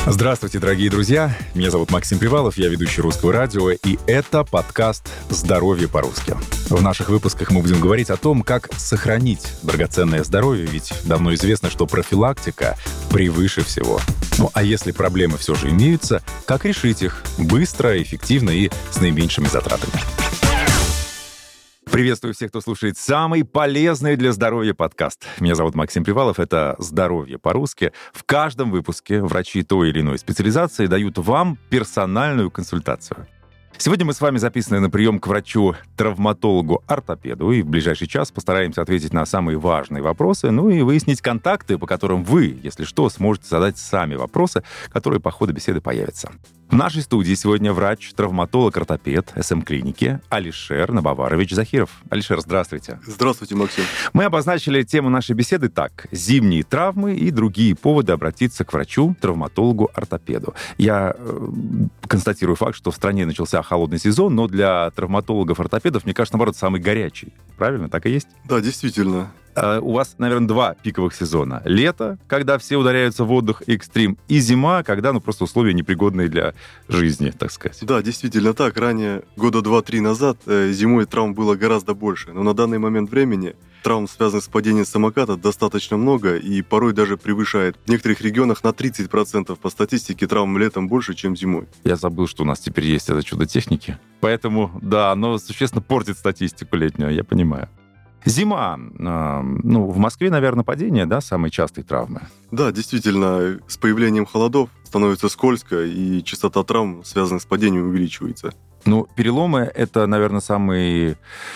Здравствуйте, дорогие друзья. Меня зовут Максим Привалов, я ведущий Русского радио, и это подкаст «Здоровье по-русски». В наших выпусках мы будем говорить о том, как сохранить драгоценное здоровье, ведь давно известно, что профилактика превыше всего. Ну а если проблемы все же имеются, как решить их быстро, эффективно и с наименьшими затратами? Приветствую всех, кто слушает самый полезный для здоровья подкаст. Меня зовут Максим Привалов, это «Здоровье по-русски». В каждом выпуске врачи той или иной специализации дают вам персональную консультацию. Сегодня мы с вами записаны на прием к врачу-травматологу-ортопеду, и в ближайший час постараемся ответить на самые важные вопросы, ну и выяснить контакты, по которым вы, если что, сможете задать сами вопросы, которые по ходу беседы появятся. В нашей студии сегодня врач-травматолог-ортопед СМ-клиники Алишер Набаварович Захиров. Алишер, здравствуйте. Здравствуйте, Максим. Мы обозначили тему нашей беседы так: зимние травмы и другие поводы обратиться к врачу-травматологу-ортопеду. Я констатирую факт, что в стране начался холодный сезон, но для травматологов-ортопедов, мне кажется, наоборот, самый горячий. Правильно? Так и есть? Да, действительно. У вас, наверное, два пиковых сезона. Лето, когда все ударяются в отдых и экстрим, и зима, когда, просто условия непригодные для жизни, так сказать. Да, действительно так. Ранее, года 2-3 назад, зимой травм было гораздо больше. Но на данный момент времени травм, связанных с падением самоката, достаточно много и порой даже превышает в некоторых регионах на 30% по статистике травм летом больше, чем зимой. Я забыл, что у нас теперь есть это чудо техники. Поэтому, да, оно существенно портит статистику летнюю, я понимаю. Зима. В Москве, наверное, падение, да, самые частые травмы? Да, действительно, с появлением холодов становится скользко, и частота травм, связанных с падением, увеличивается. Переломы — это, наверное, самый,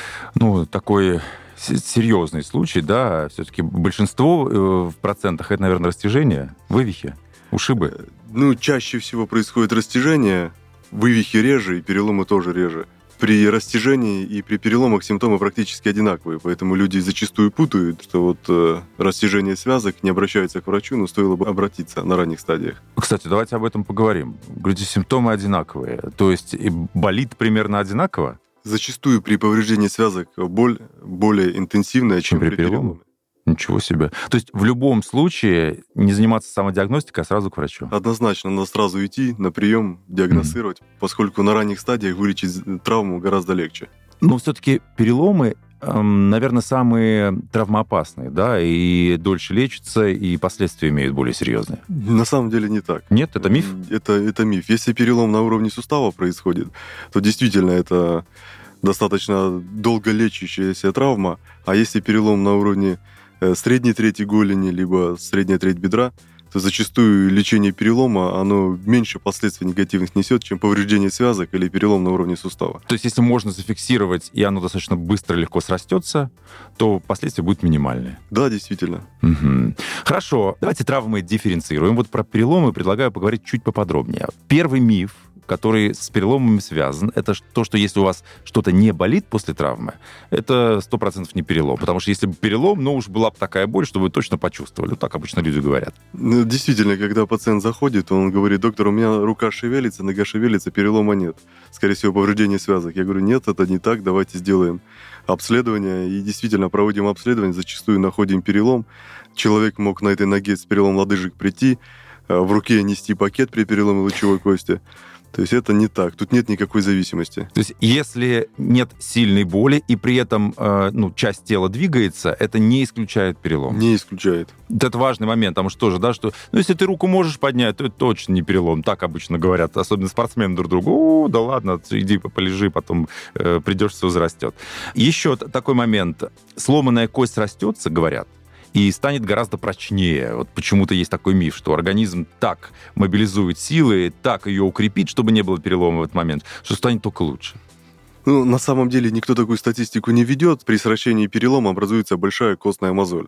такой серьезный случай, да? Все-таки большинство в процентах — это, наверное, растяжение, вывихи, ушибы. Чаще всего происходит растяжение, вывихи реже, и переломы тоже реже. При растяжении и при переломах симптомы практически одинаковые, поэтому люди зачастую путают, что растяжение связок, не обращаются к врачу, но стоило бы обратиться на ранних стадиях. Кстати, давайте об этом поговорим. Говорите, симптомы одинаковые, то есть и болит примерно одинаково? Зачастую при повреждении связок боль более интенсивная, чем при переломах. Ничего себе. То есть в любом случае не заниматься самодиагностикой, а сразу к врачу? Однозначно, надо сразу идти на прием, диагностировать, поскольку на ранних стадиях вылечить травму гораздо легче. Но все-таки переломы, наверное, самые травмоопасные, да, и дольше лечатся, и последствия имеют более серьезные. На самом деле не так. Нет, это миф? Это миф. Если перелом на уровне сустава происходит, то действительно это достаточно долго лечащаяся травма, а если перелом на уровне средней трети голени, либо средняя треть бедра, то зачастую лечение перелома, оно меньше последствий негативных несет, чем повреждение связок или перелом на уровне сустава. То есть если можно зафиксировать, и оно достаточно быстро, легко срастется, то последствия будут минимальные? Да, действительно. Угу. Хорошо, давайте травмы дифференцируем. Про переломы предлагаю поговорить чуть поподробнее. Первый миф, который с переломами связан, это то, что если у вас что-то не болит после травмы, это 100% не перелом. Потому что если бы перелом, уж была бы такая боль, что вы точно почувствовали. Так обычно люди говорят. Действительно, когда пациент заходит, он говорит: доктор, у меня рука шевелится, нога шевелится, перелома нет. Скорее всего, повреждение связок. Я говорю: нет, это не так, давайте сделаем обследование. И действительно, проводим обследование, зачастую находим перелом. Человек мог на этой ноге с переломом лодыжек прийти, в руке нести пакет при переломе лучевой кости. То есть это не так, тут нет никакой зависимости. То есть если нет сильной боли и при этом часть тела двигается, это не исключает перелом? Не исключает. Это важный момент, потому что тоже, да, что если ты руку можешь поднять, то это точно не перелом. Так обычно говорят, особенно спортсмены друг другу: да ладно, иди полежи, потом придешь, все зарастет. Еще такой момент. Сломанная кость растется, говорят, и станет гораздо прочнее. Вот почему-то есть такой миф, что организм так мобилизует силы, так ее укрепит, чтобы не было перелома в этот момент, что станет только лучше. На самом деле никто такую статистику не ведет. При сращении перелома образуется большая костная мозоль.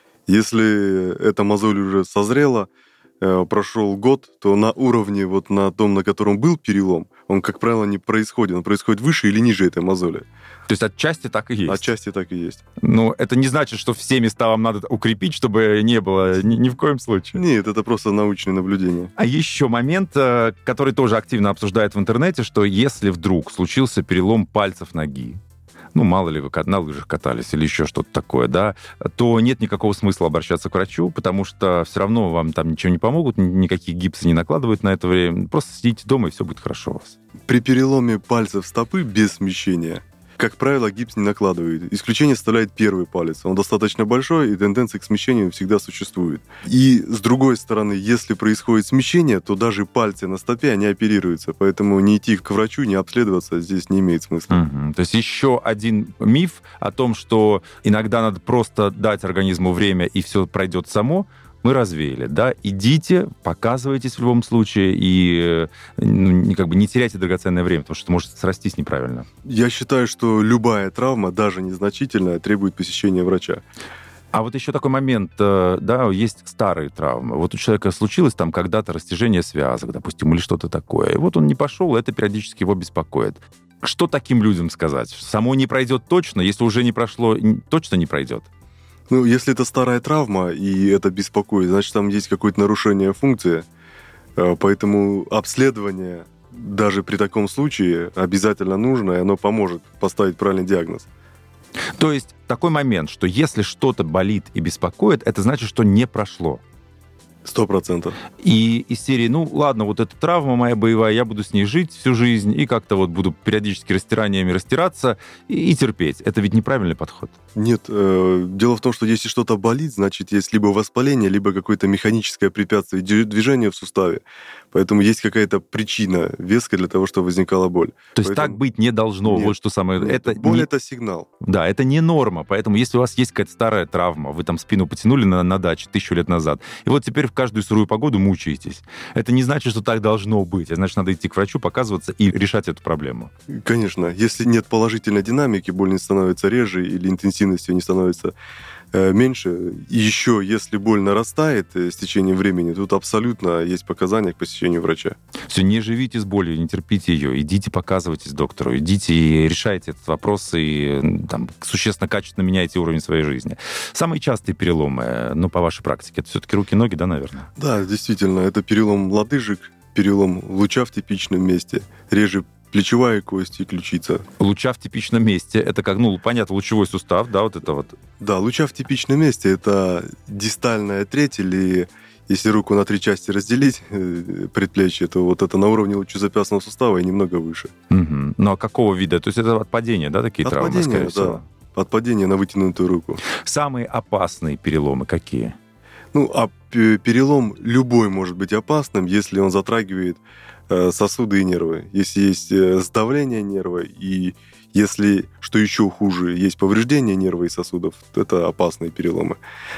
Если эта мозоль уже созрела, прошел год, то на уровне, на том, на котором был перелом, он, как правило, не происходит. Он происходит выше или ниже этой мозоли. То есть отчасти так и есть? Отчасти так и есть. Это не значит, что все места вам надо укрепить, чтобы не было ни в коем случае? Нет, это просто научные наблюдения. А еще момент, который тоже активно обсуждают в интернете, что если вдруг случился перелом пальцев ноги, ну, мало ли вы на лыжах катались или еще что-то такое, да, то нет никакого смысла обращаться к врачу, потому что все равно вам там ничего не помогут, никакие гипсы не накладывают на это время. Просто сидите дома, и все будет хорошо у вас. При переломе пальцев стопы без смещения, как правило, гипс не накладывает. Исключение составляет первый палец. Он достаточно большой, и тенденция к смещению всегда существует. И с другой стороны, если происходит смещение, то даже пальцы на стопе, они оперируются. Поэтому не идти к врачу, не обследоваться здесь не имеет смысла. То есть еще один миф о том, что иногда надо просто дать организму время, и все пройдет само, мы развеяли, да, идите, показывайтесь в любом случае и не теряйте драгоценное время, потому что это может срастись неправильно. Я считаю, что любая травма, даже незначительная, требует посещения врача. А вот еще такой момент, да, есть старые травмы. Вот у человека случилось там когда-то растяжение связок, допустим, или что-то такое. И вот он не пошел, и это периодически его беспокоит. Что таким людям сказать? Само не пройдет точно, если уже не прошло, точно не пройдет? Ну, если это старая травма, и это беспокоит, значит, там есть какое-то нарушение функции. Поэтому обследование даже при таком случае обязательно нужно, и оно поможет поставить правильный диагноз. То есть такой момент, что если что-то болит и беспокоит, это значит, что не прошло. 100%. И из серии, ну, ладно, вот эта травма моя боевая, я буду с ней жить всю жизнь, и как-то вот буду периодически растираниями растираться и терпеть. Это ведь неправильный подход. Нет, дело в том, что если что-то болит, значит, есть либо воспаление, либо какое-то механическое препятствие движения в суставе. Поэтому есть какая-то причина веская для того, чтобы возникала боль. То есть так быть не должно. Нет. Вот что самое... Боль — это сигнал. Да, это не норма. Поэтому если у вас есть какая-то старая травма, вы там спину потянули на даче 1000 лет назад, и вот теперь в каждую сырую погоду мучаетесь. Это не значит, что так должно быть. Это значит, надо идти к врачу, показываться и решать эту проблему. Конечно. Если нет положительной динамики, боль не становится реже или интенсивность ее не становится меньше. И еще, если боль нарастает с течением времени, тут абсолютно есть показания к посещению врача. Все, не живите с болью, не терпите ее. Идите, показывайтесь доктору. Идите и решайте этот вопрос, и там, существенно, качественно меняйте уровень своей жизни. Самые частые переломы, ну, по вашей практике, это все-таки руки-ноги, да, наверное? Да, действительно. Это перелом лодыжек, перелом луча в типичном месте, реже плечевая кость и ключица. Луча в типичном месте, это как, ну, понятно, лучевой сустав, да, вот это вот? Да, луча в типичном месте — это дистальная треть, или если руку на 3 части разделить, предплечье, то вот это на уровне лучезапястного сустава и немного выше. Угу. Ну, а какого вида? То есть это от падения, да, такие от травмы, падения, скорее да. всего? От падения на вытянутую руку. Самые опасные переломы какие? Ну, а перелом любой может быть опасным, если он затрагивает сосуды и нервы. Если есть сдавление нерва, и если, что еще хуже, есть повреждение нерва и сосудов, то это опасные переломы.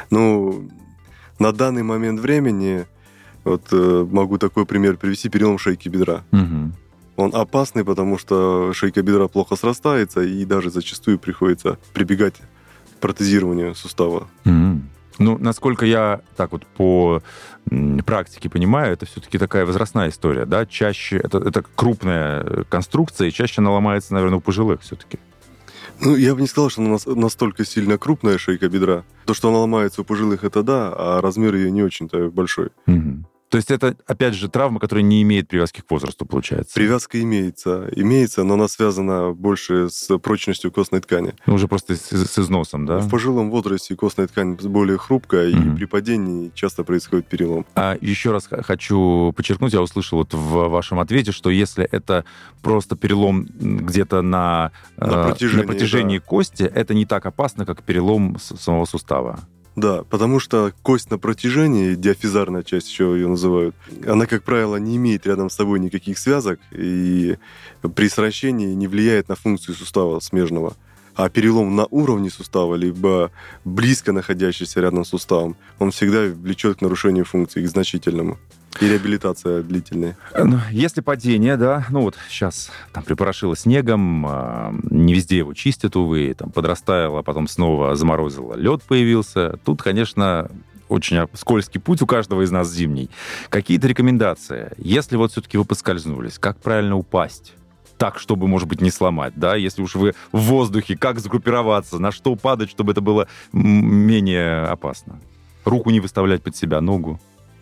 Но на данный момент времени, вот могу такой пример привести, перелом шейки бедра. Угу. Он опасный, потому что шейка бедра плохо срастается, и даже зачастую приходится прибегать к протезированию сустава. Угу. Ну, насколько я так вот по практике понимаю, это все-таки такая возрастная история, да? Чаще это крупная конструкция, и чаще она ломается, наверное, у пожилых все-таки. Ну, я бы не сказал, что она настолько сильно крупная шейка бедра. То, что она ломается у пожилых, это да, а размер ее не очень-то большой. Угу. То есть это, опять же, травма, которая не имеет привязки к возрасту, получается? Привязка имеется, но она связана больше с прочностью костной ткани. Ну, уже просто с износом, да? В пожилом возрасте костная ткань более хрупкая, и при падении часто происходит перелом. А еще раз хочу подчеркнуть, я услышал вот в вашем ответе, что если это просто перелом где-то на протяжении да. кости, это не так опасно, как перелом самого сустава. Да, потому что кость на протяжении, диафизарная часть еще ее называют, она, как правило, не имеет рядом с собой никаких связок и при сращении не влияет на функцию сустава смежного. А перелом на уровне сустава, либо близко находящийся рядом с суставом, он всегда влечет к нарушению функции, к значительному. И реабилитация длительная. Если падение, да, ну вот сейчас там припорошило снегом, не везде его чистят, увы, там подрастаяло, а потом снова заморозило, лед появился. Тут, конечно, очень скользкий путь у каждого из нас зимний. Какие-то рекомендации? Если вот все-таки вы поскользнулись, как правильно упасть? Так, чтобы, может быть, не сломать, да? Если уж вы в воздухе, как сгруппироваться, на что падать, чтобы это было менее опасно? Руку не выставлять под себя, ногу?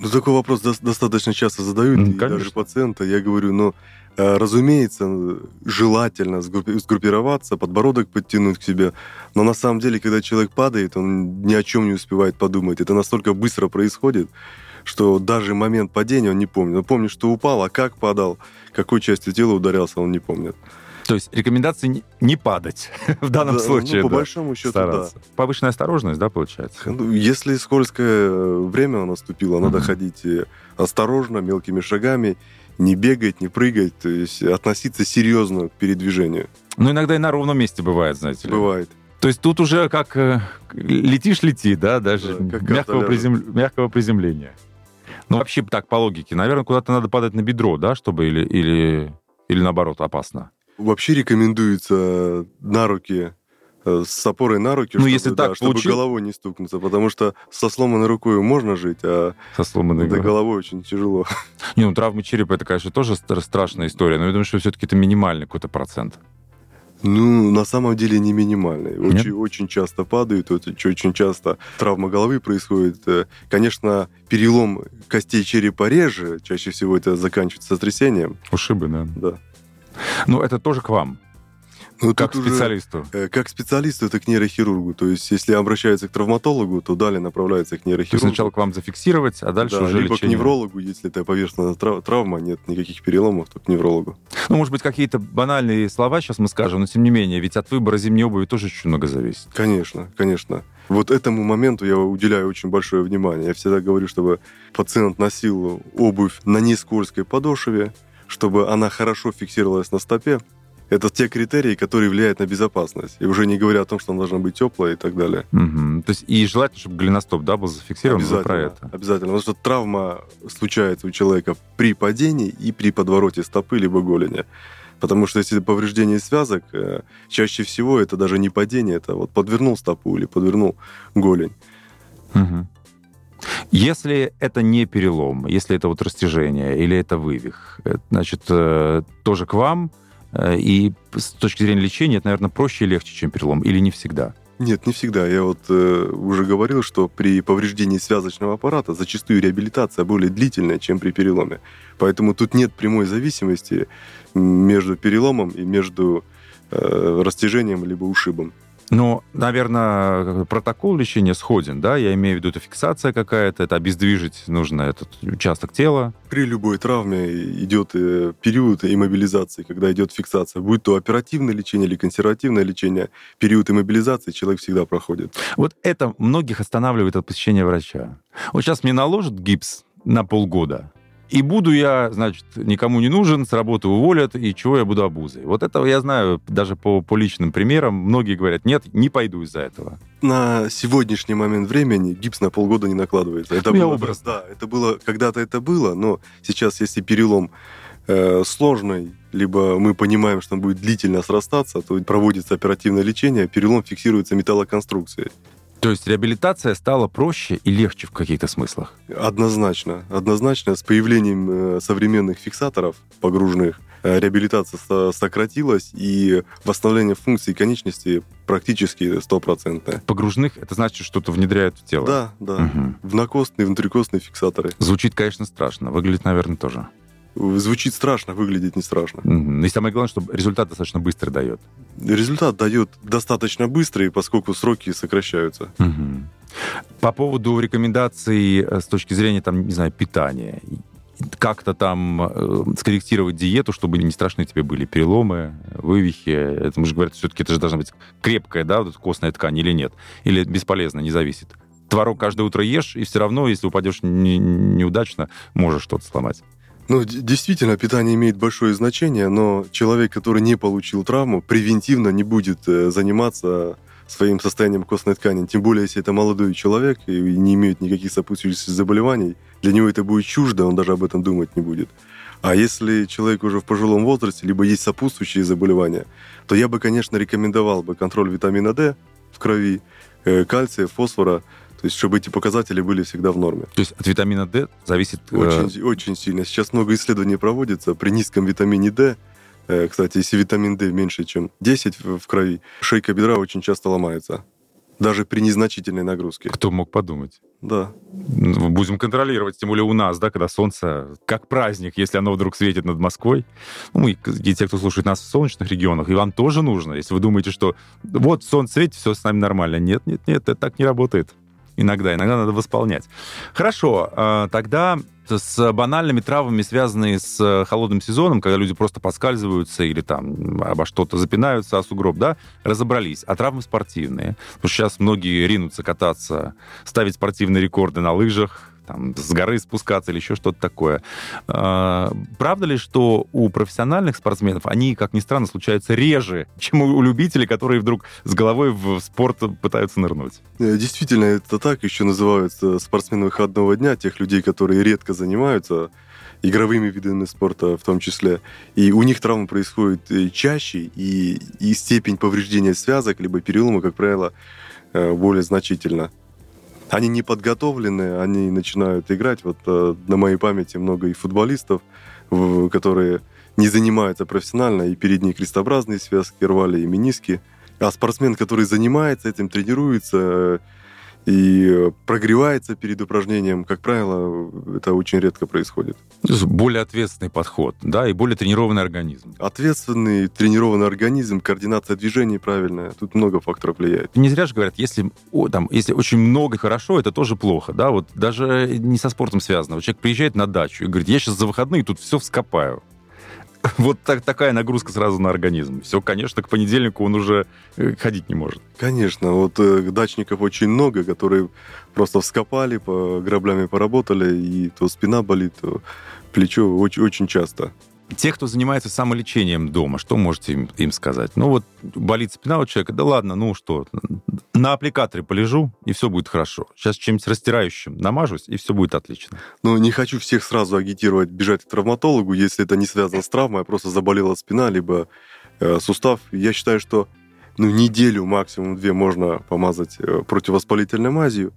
Ну, такой вопрос достаточно часто задают, и Конечно. даже пациенты. Я говорю, разумеется, желательно сгруппироваться, подбородок подтянуть к себе. Но на самом деле, когда человек падает, он ни о чем не успевает подумать. Это настолько быстро происходит, что даже момент падения он не помнит. Он помнит, что упал, а как падал, какой частью тела ударялся, он не помнит. То есть рекомендации не падать в данном случае. По большому счету, стараться. да. Повышенная осторожность, да, получается? Если скользкое время наступило, надо ходить осторожно, мелкими шагами, не бегать, не прыгать, то есть относиться серьезно к передвижению. Ну, иногда и на ровном месте бывает, знаете ли. Бывает. То есть тут уже как летишь-лети, да, даже Да, как мягкого приземления. Ну, вообще так, по логике, наверное, куда-то надо падать на бедро, да, чтобы или наоборот, опасно? Вообще рекомендуется на руки, с опорой на руки, если так чтобы получилось... головой не стукнуться, потому что со сломанной рукой можно жить, а со сломанной головой очень тяжело. Травмы черепа, это, конечно, тоже страшная история, но я думаю, что все-таки это минимальный какой-то процент. На самом деле не минимальный. Очень часто падают, очень часто травма головы происходит. Конечно, перелом костей черепа реже, чаще всего это заканчивается сотрясением. Ушибы, да. Да. Это тоже к вам. Как специалисту? Как специалисту, это к нейрохирургу. То есть, если обращаются к травматологу, то далее направляются к нейрохирургу. То есть сначала к вам зафиксировать, а дальше уже либо лечение. К неврологу, если это поверхностная травма, нет никаких переломов, то к неврологу. Может быть, какие-то банальные слова сейчас мы скажем, но тем не менее, ведь от выбора зимней обуви тоже очень много зависит. Конечно. Вот этому моменту я уделяю очень большое внимание. Я всегда говорю, чтобы пациент носил обувь на нескользкой подошве, чтобы она хорошо фиксировалась на стопе. Это те критерии, которые влияют на безопасность. И уже не говоря о том, что она должна быть теплая и так далее. Угу. То есть и желательно, чтобы голеностоп, был зафиксирован. Обязательно. Потому что травма случается у человека при падении и при подвороте стопы либо голени. Потому что если повреждение связок, чаще всего это даже не падение, это вот подвернул стопу или подвернул голень. Угу. Если это не перелом, если это растяжение или это вывих, значит, тоже к вам. И с точки зрения лечения это, наверное, проще и легче, чем перелом, или не всегда? Нет, не всегда. Я уже говорил, что при повреждении связочного аппарата зачастую реабилитация более длительная, чем при переломе. Поэтому тут нет прямой зависимости между переломом и между растяжением либо ушибом. Наверное, протокол лечения сходен, да? Я имею в виду, это фиксация какая-то, это обездвижить нужно этот участок тела. При любой травме идет период иммобилизации, когда идет фиксация. Будь то оперативное лечение или консервативное лечение, период иммобилизации человек всегда проходит. Вот это многих останавливает от посещения врача. Вот сейчас мне наложат гипс на полгода, и буду я, значит, никому не нужен, с работы уволят, и чего я буду обузой. Вот это я знаю даже по личным примерам. Многие говорят, нет, не пойду из-за этого. На сегодняшний момент времени гипс на полгода не накладывается. Это было образ. Да, это было, когда-то это было, но сейчас, если перелом сложный, либо мы понимаем, что он будет длительно срастаться, то проводится оперативное лечение, перелом фиксируется металлоконструкцией. То есть реабилитация стала проще и легче в каких-то смыслах? Однозначно. С появлением современных фиксаторов погружных реабилитация сократилась, и восстановление функций конечности практически 100%. Погружных — это значит, что-то внедряют в тело? Да. Угу. Внокостные, внутрикостные фиксаторы. Звучит, конечно, страшно. Выглядит, наверное, тоже. Звучит страшно, выглядит не страшно. И самое главное, чтобы результат достаточно быстро дает. Результат дает достаточно быстрый, поскольку сроки сокращаются. Угу. По поводу рекомендаций с точки зрения, питания. Как-то скорректировать диету, чтобы не страшные тебе были переломы, вывихи. Это, мы же говорим, все-таки это же должна быть крепкая, костная ткань или нет. Или бесполезно, не зависит. Творог каждое утро ешь, и все равно, если упадешь неудачно, можешь что-то сломать. Действительно, питание имеет большое значение, но человек, который не получил травму, превентивно не будет заниматься своим состоянием костной ткани. Тем более, если это молодой человек и не имеет никаких сопутствующих заболеваний, для него это будет чуждо, он даже об этом думать не будет. А если человек уже в пожилом возрасте, либо есть сопутствующие заболевания, то я бы, конечно, рекомендовал бы контроль витамина D в крови, кальция, фосфора, то есть, чтобы эти показатели были всегда в норме. То есть от витамина D зависит... Очень сильно. Сейчас много исследований проводится при низком витамине D. Кстати, если витамин D меньше, чем 10 в крови, шейка бедра очень часто ломается. даже при незначительной нагрузке. Кто мог подумать? Да. Будем контролировать, тем более у нас, да, когда солнце как праздник, если оно вдруг светит над Москвой. Ну, и те, кто слушает нас в солнечных регионах, и вам тоже нужно. Если вы думаете, что вот солнце светит, все с нами нормально. Нет, это так не работает. Иногда надо восполнять. Хорошо, тогда с банальными травмами, связанными с холодным сезоном, когда люди просто поскальзываются или там обо что-то запинаются, о сугроб, да, разобрались. А травмы спортивные? Потому что сейчас многие ринутся кататься, ставить спортивные рекорды на лыжах, там, с горы спускаться или еще что-то такое. Правда ли, что у профессиональных спортсменов они, как ни странно, случаются реже, чем у любителей, которые вдруг с головой в спорт пытаются нырнуть? Действительно, это так. Еще называют спортсмены выходного дня, тех людей, которые редко занимаются игровыми видами спорта в том числе. И у них травмы происходят чаще, и степень повреждения связок либо перелома, как правило, более значительна. Они не подготовлены, они начинают играть. Вот на моей памяти много и футболистов, которые не занимаются профессионально, и передние крестообразные связки рвали, и мениски. А спортсмен, который занимается этим, тренируется и прогревается перед упражнением, как правило, это очень редко происходит. Более ответственный подход, да, и более тренированный организм. Ответственный, тренированный организм, координация движений правильная. Тут много факторов влияет. Не зря же говорят, если очень много хорошо, это тоже плохо, да, вот даже не со спортом связано. Вот человек приезжает на дачу и говорит, я сейчас за выходные тут все вскопаю. Вот такая нагрузка сразу на организм. Все, конечно, к понедельнику он уже ходить не может. Конечно. Вот дачников очень много, которые просто вскопали, по граблями поработали, и то спина болит, то плечо очень часто. Те, кто занимается самолечением дома, что можете им сказать? Ну вот болит спина у человека, да ладно, ну что, на аппликаторе полежу, и все будет хорошо. Сейчас чем-нибудь растирающим намажусь, и все будет отлично. Но не хочу всех сразу агитировать бежать к травматологу, если это не связано с травмой, а просто заболела спина, либо сустав. Я считаю, что неделю, максимум 2 можно помазать противовоспалительной мазью.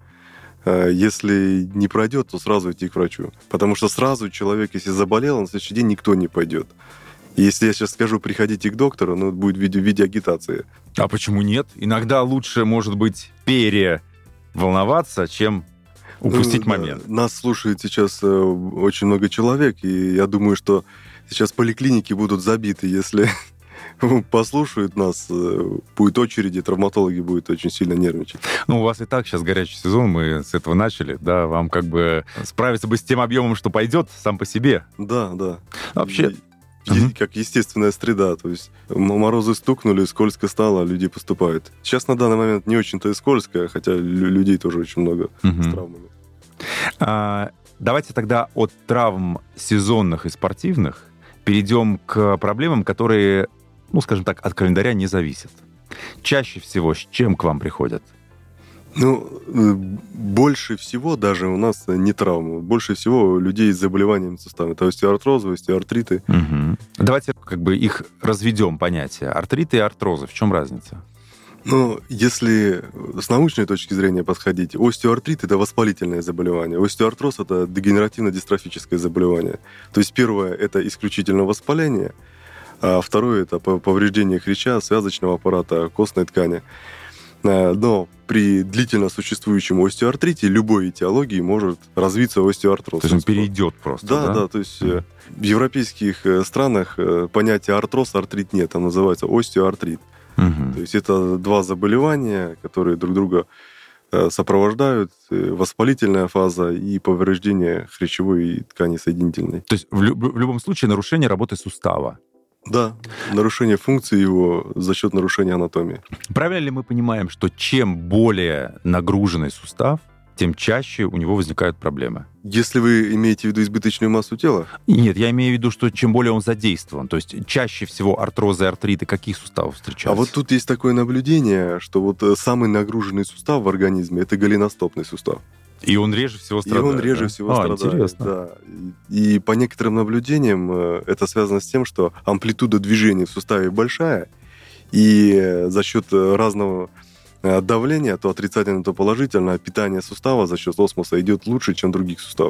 Если не пройдет, то сразу идти к врачу. Потому что сразу человек, если заболел, на следующий день никто не пойдет. И если я сейчас скажу, приходите к доктору, это будет в виде агитации. А почему нет? Иногда лучше, может быть, переволноваться, чем упустить момент. Нас слушает сейчас очень много человек, и я думаю, что сейчас поликлиники будут забиты, если послушают нас, будет очереди, травматологи будут очень сильно нервничать. Ну, у вас и так сейчас горячий сезон, мы с этого начали, да, вам как бы справиться бы с тем объемом, что пойдет сам по себе. Да. Вообще... Как естественная среда, то есть морозы стукнули, скользко стало, люди поступают. Сейчас на данный момент не очень-то и скользко, хотя людей тоже очень много с травмами. Давайте тогда от травм сезонных и спортивных перейдем к проблемам, которые, скажем так, от календаря не зависят. Чаще всего с чем к вам приходят? Больше всего даже у нас не травмы. Больше всего людей с заболеваниями сустава. Это остеоартрозы, остеоартриты. Угу. Давайте их разведем, понятия. Артриты и артрозы. В чем разница? Если с научной точки зрения подходить, остеоартрит – это воспалительное заболевание. Остеоартроз – это дегенеративно-дистрофическое заболевание. То есть первое – это исключительно воспаление, а второе – это повреждение хряща, связочного аппарата, костной ткани. Но при длительно существующем остеоартрите любой этиологии может развиться остеоартроз. То есть он перейдет просто, да? Да, то есть в европейских странах понятия артроз, артрит нет, оно называется остеоартрит. Угу. То есть это 2 заболевания, которые друг друга сопровождают, воспалительная фаза и повреждение хрящевой ткани соединительной. То есть в любом случае нарушение работы сустава. Да, нарушение функции его за счет нарушения анатомии. Правильно ли мы понимаем, что чем более нагруженный сустав, тем чаще у него возникают проблемы? Если вы имеете в виду избыточную массу тела? Нет, я имею в виду, что чем более он задействован. То есть чаще всего артрозы, артриты каких суставов встречаются? А вот тут есть такое наблюдение, что вот самый нагруженный сустав в организме – это голеностопный сустав. И он реже всего страдает. Страдает, интересно. Да. И по некоторым наблюдениям это связано с тем, что амплитуда движения в суставе большая, и за счет разного давления, то отрицательное, то положительное, питание сустава за счет осмоса идет лучше, чем других суставов.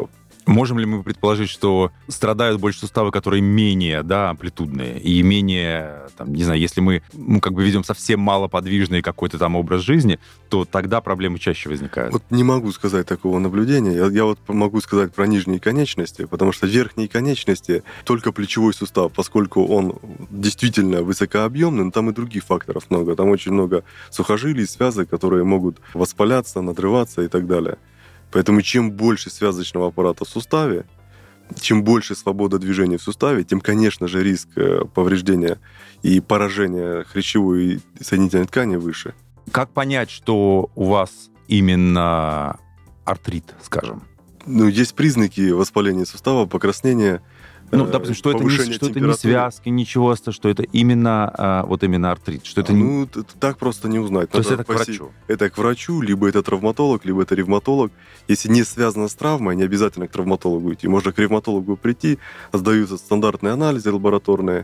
Можем ли мы предположить, что страдают больше суставы, которые менее, да, амплитудные и менее, там, не знаю, если мы как бы ведем совсем малоподвижный какой-то там образ жизни, то тогда проблемы чаще возникают? Вот не могу сказать такого наблюдения. Я вот могу сказать про нижние конечности, потому что верхние конечности только плечевой сустав, поскольку он действительно высокообъемный, но там и других факторов много. Там очень много сухожилий, связок, которые могут воспаляться, надрываться и так далее. Поэтому чем больше связочного аппарата в суставе, чем больше свобода движения в суставе, тем, конечно же, риск повреждения и поражения хрящевой и соединительной ткани выше. Как понять, что у вас именно артрит, скажем? Ну, есть признаки воспаления сустава, покраснения, допустим, что это не связки, ничего, что это именно именно артрит. Что это так просто не узнать. То есть это к врачу? Это к врачу, либо это травматолог, либо это ревматолог. Если не связано с травмой, не обязательно к травматологу идти. Можно к ревматологу прийти, сдаются стандартные анализы лабораторные.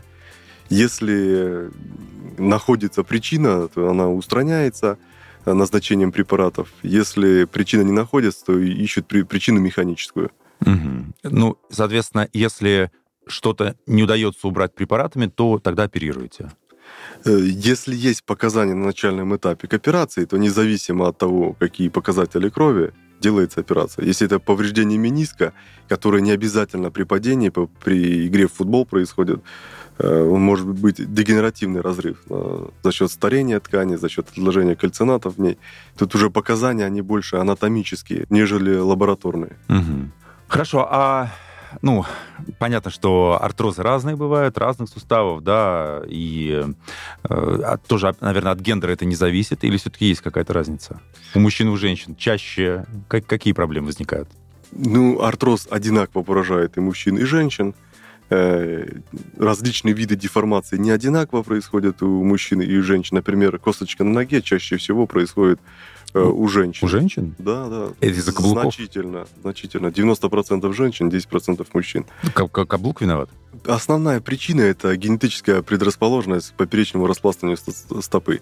Если находится причина, то она устраняется назначением препаратов. Если причина не находится, то ищут причину механическую. Ну, соответственно, если что-то не удается убрать препаратами, то тогда оперируете. Если есть показания на начальном этапе к операции, то независимо от того, какие показатели крови, делается операция. Если это повреждение мениска, которое не обязательно при падении, при игре в футбол происходит, он может быть дегенеративный разрыв за счет старения ткани, за счет отложения кальцинатов в ней. Тут уже показания, они больше анатомические, нежели лабораторные. Хорошо, понятно, что артрозы разные бывают, разных суставов, да, и тоже, наверное, от гендера это не зависит, или все-таки есть какая-то разница? У мужчин и у женщин чаще какие проблемы возникают? Артроз одинаково поражает и мужчин, и женщин. Различные виды деформации не одинаково происходят у мужчин и у женщин. Например, косточка на ноге чаще всего происходит у женщин. У женщин? Да. Это из-за каблуков? Значительно. 90% женщин, 10% мужчин. Каблук виноват? Основная причина – это генетическая предрасположенность к поперечному распластанию стопы.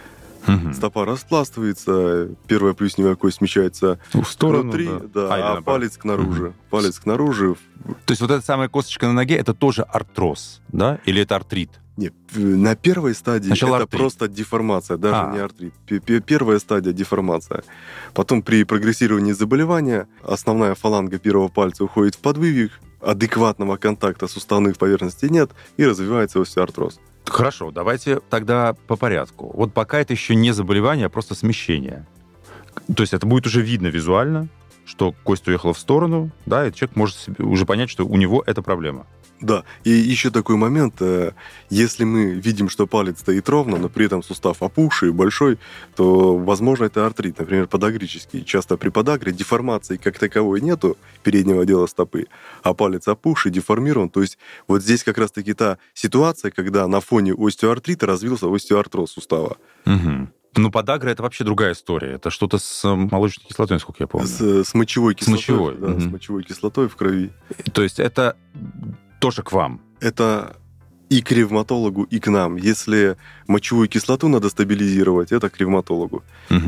Стопа распластывается, первая плюсневая кость смещается в сторону, внутри, а палец к наружу. Палец к наружу. То есть вот эта самая косточка на ноге – это тоже артроз, да? Или это артрит? Нет, на первой стадии сначала это артрит. Просто деформация, даже не артрит. Первая стадия – деформация. Потом при прогрессировании заболевания основная фаланга первого пальца уходит в подвывих, адекватного контакта суставных поверхностей нет, и развивается остеоартроз. Хорошо, давайте тогда по порядку. Вот пока это еще не заболевание, а просто смещение. То есть это будет уже видно визуально, что кость уехала в сторону, да, и человек может уже понять, что у него эта проблема. Да, и еще такой момент, если мы видим, что палец стоит ровно, но при этом сустав опухший, большой, то, возможно, это артрит, например, подагрический. Часто при подагре деформации как таковой нету переднего отдела стопы, а палец опухший, деформирован. То есть вот здесь как раз-таки та ситуация, когда на фоне остеоартрита развился остеоартроз сустава. Подагра — это вообще другая история. Это что-то с молочной кислотой, насколько я помню. С мочевой кислотой. С мочевой кислотой в крови. То есть это тоже к вам? Это и к ревматологу, и к нам. Если мочевую кислоту надо стабилизировать, это к ревматологу.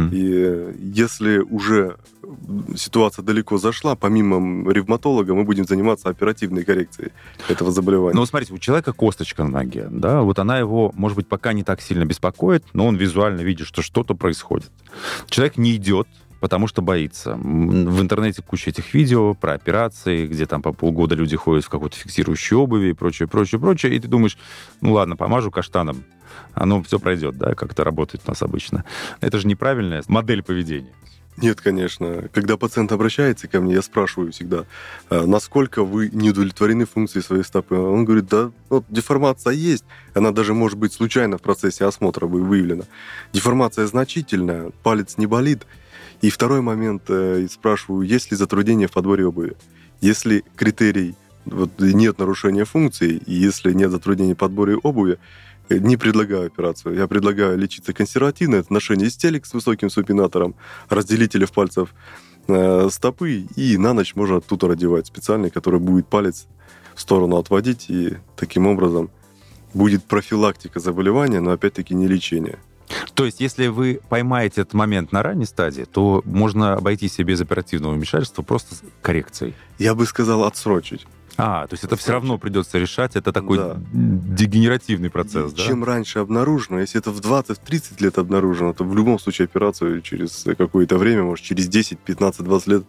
И если уже ситуация далеко зашла, помимо ревматолога мы будем заниматься оперативной коррекцией этого заболевания. Смотрите, у человека косточка на ноге, да, вот она его, может быть, пока не так сильно беспокоит, но он визуально видит, что что-то происходит. Человек не идет, потому что боится. В интернете куча этих видео про операции, где там по полгода люди ходят в какой-то фиксирующей обуви и прочее, и ты думаешь, ладно, помажу каштаном, оно все пройдет, да, как это работает у нас обычно. Это же неправильная модель поведения. Нет, конечно. Когда пациент обращается ко мне, я спрашиваю всегда, насколько вы не удовлетворены функцией своей стопы. Он говорит, деформация есть, она даже может быть случайно в процессе осмотра выявлена. Деформация значительная, палец не болит. И второй момент, спрашиваю, есть ли затруднения в подборе обуви. Если критерий нет нарушения функции, и если нет затруднений в подборе обуви, не предлагаю операцию. Я предлагаю лечиться консервативно, это ношение стелек с высоким супинатором, разделителей пальцев стопы, и на ночь можно тутор одевать специальный, который будет палец в сторону отводить, и таким образом будет профилактика заболевания, но опять-таки не лечение. То есть, если вы поймаете этот момент на ранней стадии, то можно обойтись и без оперативного вмешательства просто с коррекцией. Я бы сказал отсрочить. То есть это все равно придется решать, это такой дегенеративный процесс, да? Чем раньше обнаружено, если это в 20-30 лет обнаружено, то в любом случае операцию через какое-то время, может, через 10, 15, 20 лет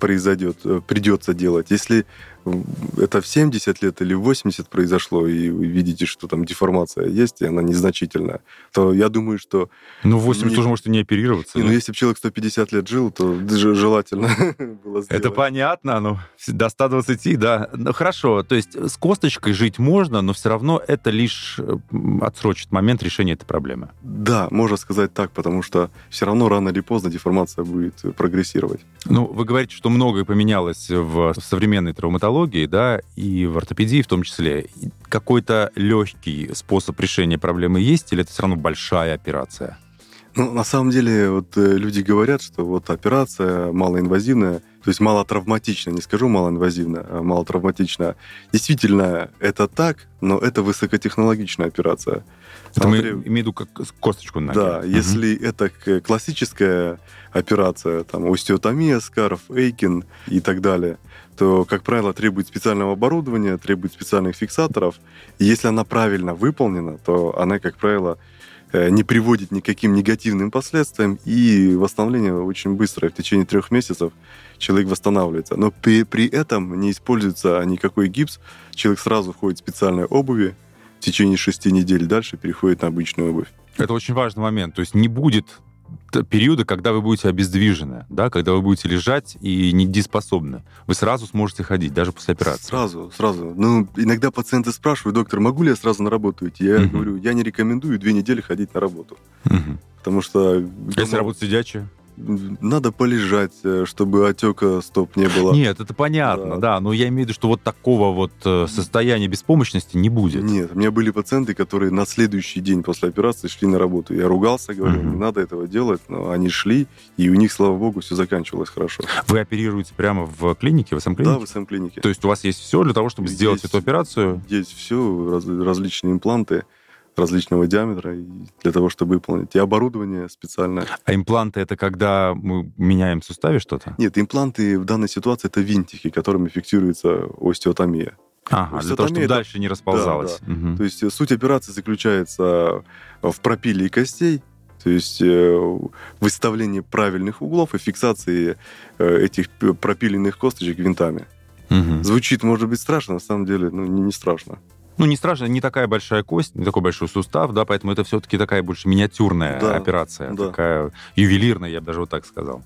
придется делать. Если это в 70 лет или в 80 произошло, и вы видите, что там деформация есть, и она незначительная, то я думаю, что... Ну, в 80 тоже может и не оперироваться. Ну, если бы человек 150 лет жил, то желательно было сделать. Это понятно, ну, до 120, да. Ну, хорошо, то есть с косточкой жить можно, но все равно это лишь отсрочит момент решения этой проблемы. Да, можно сказать так, потому что все равно рано или поздно деформация будет прогрессировать. Ну, вы говорите, что многое поменялось в современной травматологии, да, и в ортопедии в том числе. Какой-то легкий способ решения проблемы есть, или это все равно большая операция? Ну, на самом деле, вот люди говорят, что вот операция малоинвазивная, то есть малотравматичная, не скажу малоинвазивная, а малотравматичная. Действительно, это так, но это высокотехнологичная операция. Это мы имеем в виду как косточку на ноге. Да, если это классическая операция, там, остеотомия, скарф, Эйкин и так далее, то, как правило, требует специального оборудования, требует специальных фиксаторов. И если она правильно выполнена, то она, как правило, не приводит ни к каким негативным последствиям, и восстановление очень быстрое. В течение 3 месяцев человек восстанавливается. Но при этом не используется никакой гипс. Человек сразу входит в специальные обуви, в течение 6 недель дальше переходит на обычную обувь. Это очень важный момент. То есть не будет периода, когда вы будете обездвижены, да, когда вы будете лежать и недееспособны. Вы сразу сможете ходить, даже после операции. Сразу. Ну, иногда пациенты спрашивают: доктор, могу ли я сразу на работу идти? Я говорю, я не рекомендую 2 недели ходить на работу. Потому что... Если работа сидячая? Надо полежать, чтобы отека стоп не было. Нет, это понятно, да. Но я имею в виду, что вот такого вот состояния беспомощности не будет. Нет, у меня были пациенты, которые на следующий день после операции шли на работу. Я ругался, говорил, не надо этого делать, но они шли, и у них, слава богу, все заканчивалось хорошо. Вы оперируете прямо в клинике, в СМ-клинике? Да, в СМ-клинике. То есть у вас есть все для того, чтобы сделать эту операцию? Есть все, различные импланты различного диаметра для того, чтобы выполнить. И оборудование специальное. А импланты — это когда мы меняем в суставе что-то? Нет, импланты в данной ситуации — это винтики, которыми фиксируется остеотомия. Ага, для того, чтобы дальше не расползалось. Да. То есть суть операции заключается в пропиле костей, то есть выставлении правильных углов и фиксации этих пропиленных косточек винтами. Звучит, может быть, страшно, на самом деле, не страшно. Ну, не страшно, не такая большая кость, не такой большой сустав, да, поэтому это все-таки такая больше миниатюрная операция, такая ювелирная, я бы даже вот так сказал.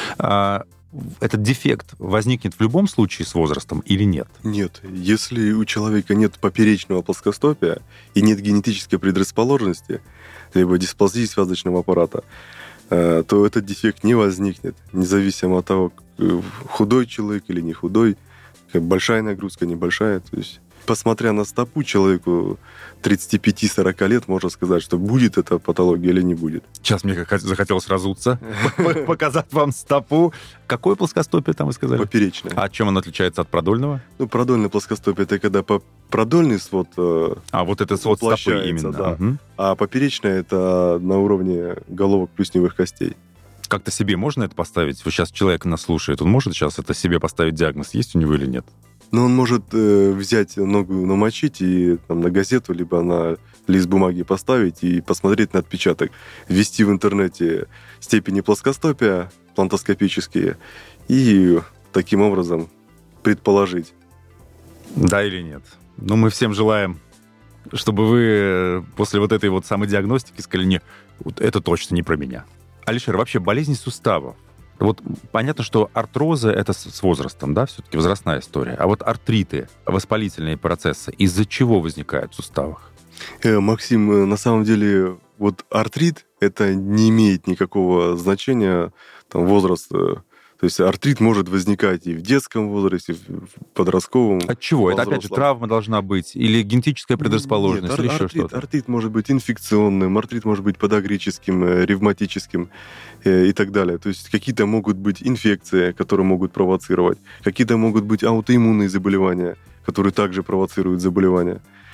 Этот дефект возникнет в любом случае с возрастом или нет? Нет. Если у человека нет поперечного плоскостопия и нет генетической предрасположенности, либо дисплазии связочного аппарата, то этот дефект не возникнет, независимо от того, худой человек или не худой, большая нагрузка, небольшая, то есть... Посмотря на стопу, человеку 35-40 лет, можно сказать, что будет эта патология или не будет. Сейчас мне захотелось разуться, показать вам стопу. Какое плоскостопие там вы сказали? Поперечное. А чем оно отличается от продольного? Ну, продольное плоскостопие — это когда продольный свод вот это свод стопы именно. Да. А поперечное — это на уровне головок плюсневых костей. Как-то себе можно это поставить? Вот сейчас человек нас слушает, он может сейчас это себе поставить диагноз, есть у него или нет? Ну, он может взять ногу, намочить и там, на газету, либо на лист бумаги поставить и посмотреть на отпечаток. Ввести в интернете степени плоскостопия плантоскопические и таким образом предположить. Да или нет? Ну, мы всем желаем, чтобы вы после вот этой вот самодиагностики сказали: не, вот это точно не про меня. Алишер, вообще болезни суставов. Вот понятно, что артрозы — это с возрастом, да, все-таки возрастная история. А вот артриты, воспалительные процессы, из-за чего возникают в суставах? Максим, на самом деле, вот артрит — это не имеет никакого значения, там, возраст. То есть артрит может возникать и в детском возрасте, и в подростковом. От чего? Это, опять же, травма должна быть? Или генетическая предрасположенность? Нет, или еще что-то? Артрит может быть инфекционным, артрит может быть подагрическим, ревматическим и так далее. То есть какие-то могут быть инфекции, которые могут провоцировать. Какие-то могут быть аутоиммунные заболевания, которые также провоцируют заболевания.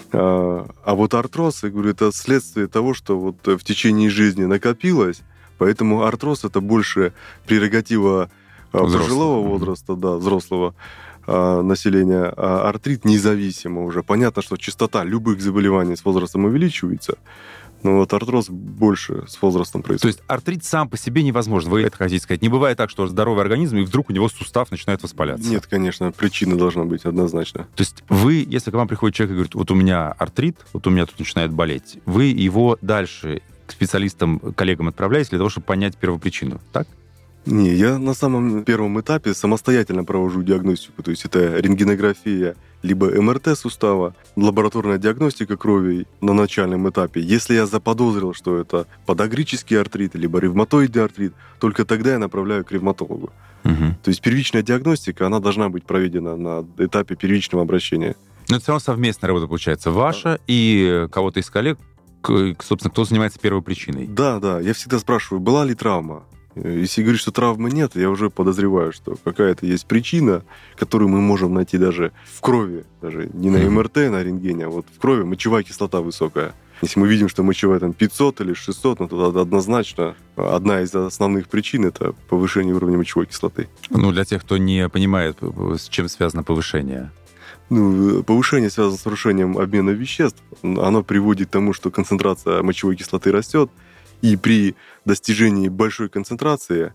А вот артроз, я говорю, это следствие того, что вот в течение жизни накопилось, поэтому артроз это больше прерогатива пожилого возраста, да, взрослого населения, а артрит независимо уже. Понятно, что частота любых заболеваний с возрастом увеличивается, но вот артроз больше с возрастом происходит. То есть артрит сам по себе невозможен. Вы это хотите сказать? Не бывает так, что здоровый организм, и вдруг у него сустав начинает воспаляться? Нет, конечно, причина должна быть однозначно. То есть вы, если к вам приходит человек и говорит, вот у меня артрит, вот у меня тут начинает болеть, вы его дальше к специалистам, коллегам отправляете для того, чтобы понять первопричину, так? Не, я на самом первом этапе самостоятельно провожу диагностику, то есть это рентгенография, либо МРТ сустава, лабораторная диагностика крови на начальном этапе. Если я заподозрил, что это подагрический артрит, либо ревматоидный артрит, только тогда я направляю к ревматологу. То есть первичная диагностика, она должна быть проведена на этапе первичного обращения. Но это все равно совместная работа получается ваша и кого-то из коллег, собственно, кто занимается первопричиной. Да, я всегда спрашиваю, была ли травма. Если говорить, что травмы нет, я уже подозреваю, что какая-то есть причина, которую мы можем найти даже в крови, даже не на МРТ, на рентгене, а вот в крови мочевая кислота высокая. Если мы видим, что мочевая там 500 или 600, ну, то однозначно одна из основных причин – это повышение уровня мочевой кислоты. Ну, для тех, кто не понимает, с чем связано повышение. Ну, повышение связано с нарушением обмена веществ. Оно приводит к тому, что концентрация мочевой кислоты растет, и при достижении большой концентрации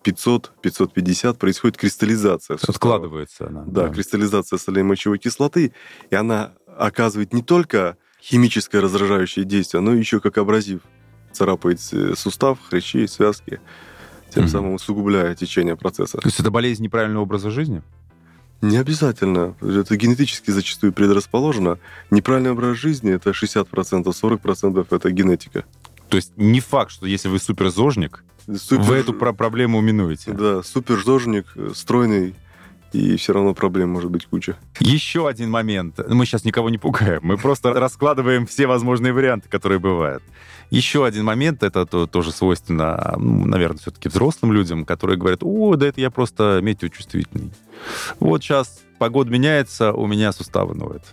500-550 происходит кристаллизация. Откладывается она. Да, кристаллизация солей мочевой кислоты, и она оказывает не только химическое раздражающее действие, но еще как абразив. Царапает сустав, хрящи, связки, тем самым усугубляя течение процесса. То есть это болезнь неправильного образа жизни? Не обязательно. Это генетически зачастую предрасположено. Неправильный образ жизни – это 60%, 40% – это генетика. То есть не факт, что если вы суперзожник, вы эту проблему минуете. Да, суперзожник, стройный, и все равно проблем может быть куча. Еще один момент. Мы сейчас никого не пугаем, мы просто раскладываем все возможные варианты, которые бывают. Еще один момент, это тоже свойственно, наверное, все-таки взрослым людям, которые говорят, да это я просто метеочувствительный. Вот сейчас погода меняется, у меня суставы ноют.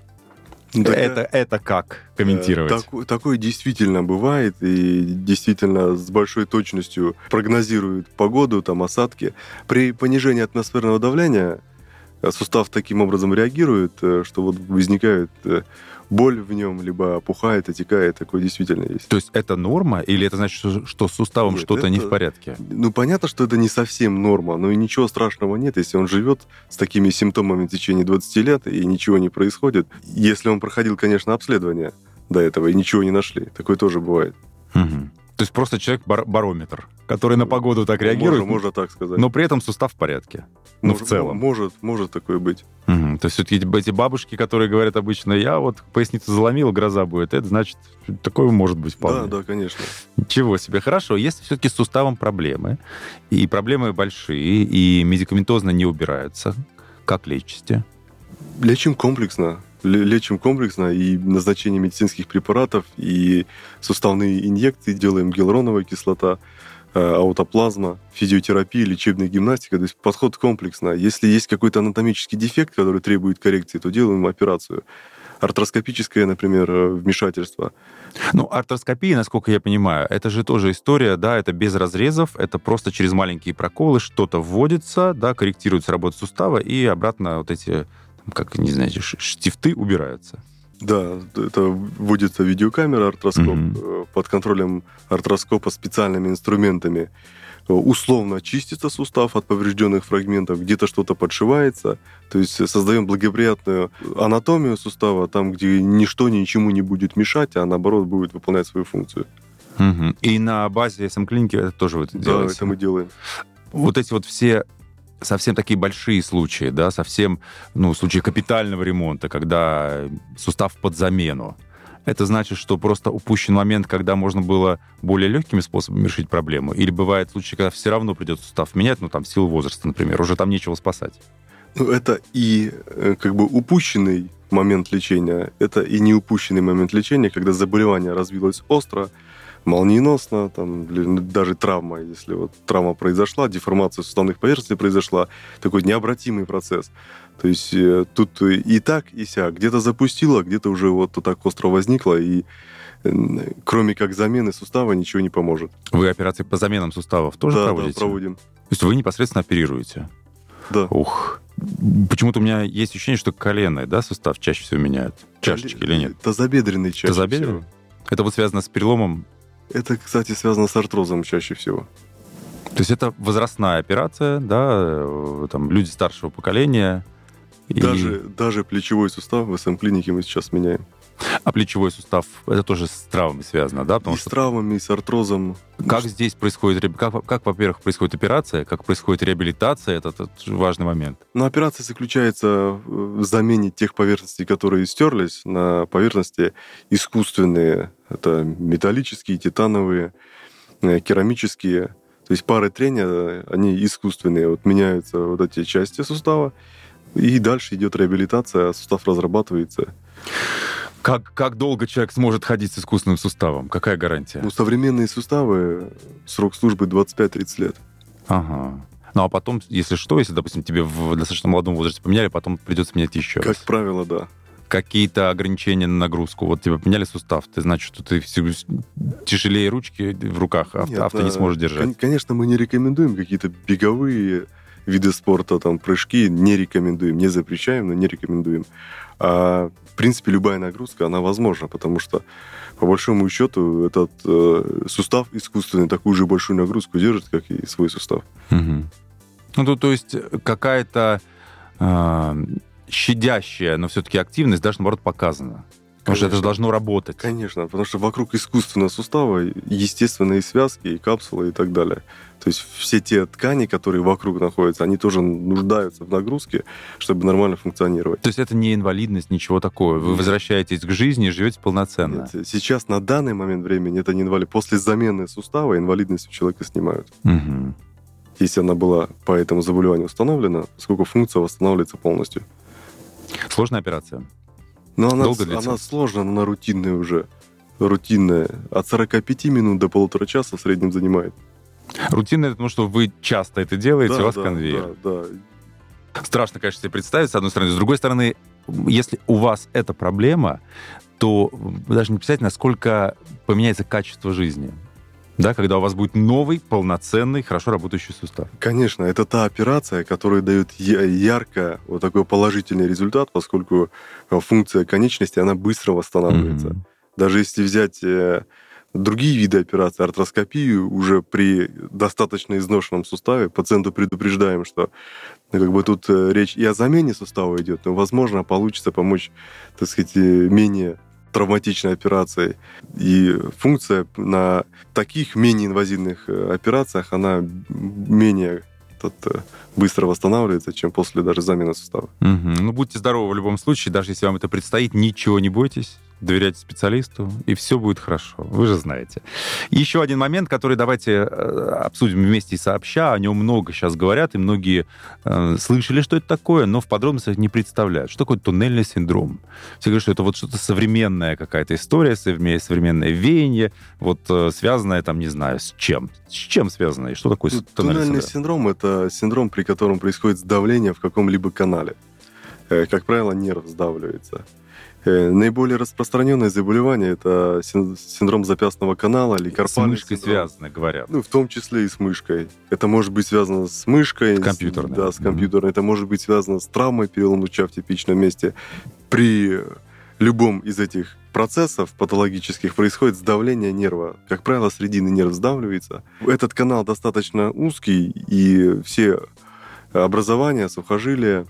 Это как комментировать? Такое действительно бывает, и действительно с большой точностью прогнозируют погоду, там осадки. При понижении атмосферного давления сустав таким образом реагирует, что вот возникает боль в нем, либо опухает, отекает, такое действительно есть. То есть это норма, или это значит, что с суставом нет, что-то не в порядке? Ну, понятно, что это не совсем норма, но и ничего страшного нет, если он живет с такими симптомами в течение 20 лет, и ничего не происходит. Если он проходил, конечно, обследование до этого, и ничего не нашли. Такое тоже бывает. Угу. То есть просто человек барометр, который на погоду так реагирует, можно так сказать. Но при этом сустав в порядке. В целом. Может такое быть. Угу. То есть все-таки эти бабушки, которые говорят обычно, я вот поясницу заломил, гроза будет, это значит, такое может быть вполне. Да, конечно. Ничего себе. Хорошо. Если все-таки с суставом проблемы, и проблемы большие, и медикаментозно не убираются, как лечите? Лечим комплексно. И назначение медицинских препаратов, и суставные инъекции делаем, гиалуроновая кислота, аутоплазма, физиотерапия, лечебная гимнастика. То есть подход комплексно. Если есть какой-то анатомический дефект, который требует коррекции, то делаем операцию. Артроскопическое, например, вмешательство. Ну, артроскопия, насколько я понимаю, это же тоже история, да, это без разрезов, это просто через маленькие проколы что-то вводится, да, корректируется работа сустава, и обратно вот эти, как, не знаю, штифты убираются. Да, это вводится видеокамера, артроскоп, под контролем артроскопа специальными инструментами. Условно чистится сустав от поврежденных фрагментов, где-то что-то подшивается. То есть создаем благоприятную анатомию сустава, там, где ничто ничему не будет мешать, а наоборот будет выполнять свою функцию. Угу. И на базе СМ-клиники это тоже вы это делаете? Да, это мы делаем. Вот эти вот все совсем такие большие случаи, да, совсем, случаи капитального ремонта, когда сустав под замену. Это значит, что просто упущен момент, когда можно было более легкими способами решить проблему? Или бывают случаи, когда все равно придется сустав менять, в силу возраста, например, уже там нечего спасать? Это и упущенный момент лечения, это и не упущенный момент лечения, когда заболевание развилось остро, молниеносно, там, или даже травма, если вот травма произошла, деформация суставных поверхностей произошла, такой необратимый процесс. То есть тут и так, и сяк. Где-то запустило, где-то уже вот так остро возникло, и кроме как замены сустава ничего не поможет. Вы операции по заменам суставов тоже проводите? Да, проводим. То есть вы непосредственно оперируете? Да. Ух. Почему-то у меня есть ощущение, что коленный, да, сустав чаще всего меняют? Чашечки или нет? Тазобедренный чаще Тазобедренный? всего. Это вот связано с переломом? Это, кстати, связано с артрозом чаще всего. То есть это возрастная операция, да, там люди старшего поколения. Даже плечевой сустав в СМ-клинике мы сейчас меняем. А плечевой сустав, это тоже с травмами связано, да? С травмами, и с артрозом. Как здесь происходит, как, во-первых, происходит операция, как происходит реабилитация, это важный момент. Но операция заключается в замене тех поверхностей, которые стерлись, на поверхности искусственные. Это металлические, титановые, керамические. То есть пары трения, они искусственные. Вот меняются вот эти части сустава, и дальше идет реабилитация, сустав разрабатывается. Как долго человек сможет ходить с искусственным суставом? Какая гарантия? Ну, современные суставы, срок службы 25-30 лет. Ага. Ну, а потом, если что, если, допустим, тебе в достаточно молодом возрасте поменяли, потом придется менять еще раз. Как правило, да. Какие-то ограничения на нагрузку? Вот тебе поменяли сустав, ты, значит, что ты тяжелее ручки в руках, авто не сможешь держать. Конечно, мы не рекомендуем какие-то беговые виды спорта, там, прыжки, не рекомендуем, не запрещаем, но не рекомендуем. А, в принципе, любая нагрузка, она возможна, потому что, по большому счету, этот сустав искусственный такую же большую нагрузку держит, как и свой сустав. Угу. Ну, то есть какая-то щадящая, но все-таки активность даже, наоборот, показана. Потому что это же должно работать. Конечно, потому что вокруг искусственного сустава естественные связки, и капсулы и так далее. То есть все те ткани, которые вокруг находятся, они тоже нуждаются в нагрузке, чтобы нормально функционировать. То есть это не инвалидность, ничего такого. Вы возвращаетесь к жизни и живете полноценно. Нет, сейчас, на данный момент времени, это не инвалидность. После замены сустава инвалидность у человека снимают. Угу. Если она была по этому заболеванию установлена, поскольку функция восстанавливается полностью. Сложная операция? Но она сложная, но она рутинная уже. Рутинная. От 45 минут до 1,5 часа в среднем занимает. Рутинно это потому, что вы часто это делаете, у вас конвейер. Да. Страшно, конечно, себе представить, с одной стороны. С другой стороны, если у вас эта проблема, то вы даже не представляете, насколько поменяется качество жизни. Да, когда у вас будет новый, полноценный, хорошо работающий сустав. Конечно, это та операция, которая дает ярко вот такой положительный результат, поскольку функция конечности, она быстро восстанавливается. Mm-hmm. Даже если взять другие виды операций, артроскопию, уже при достаточно изношенном суставе, пациенту предупреждаем, что тут речь и о замене сустава идет, но, возможно, получится помочь, так сказать, менее травматичной операцией. И функция на таких менее инвазивных операциях, она менее быстро восстанавливается, чем после даже замены сустава. Угу. Ну, будьте здоровы в любом случае, даже если вам это предстоит, ничего не бойтесь, доверяйте специалисту, и все будет хорошо. Вы же знаете. Еще один момент, который давайте обсудим вместе и сообща. О нем много сейчас говорят, и многие слышали, что это такое, но в подробностях не представляют. Что такое туннельный синдром? Все говорят, что это вот что-то современная какая-то история, современное веяние, вот связанное, там, не знаю, с чем. С чем связано? И что такое туннельный синдром? Это синдром, при котором происходит сдавление в каком-либо канале. Как правило, нерв сдавливается. Наиболее распространенное заболевание – это синдром запястного канала или карпальный синдром. С мышкой связано, говорят. Ну, в том числе и с мышкой. Это может быть связано с мышкой. Компьютерной. Да, с компьютерной. Это может быть связано с травмой перелома луча в типичном месте. При любом из этих процессов патологических происходит сдавление нерва. Как правило, срединный нерв сдавливается. Этот канал достаточно узкий, и все образования, сухожилия,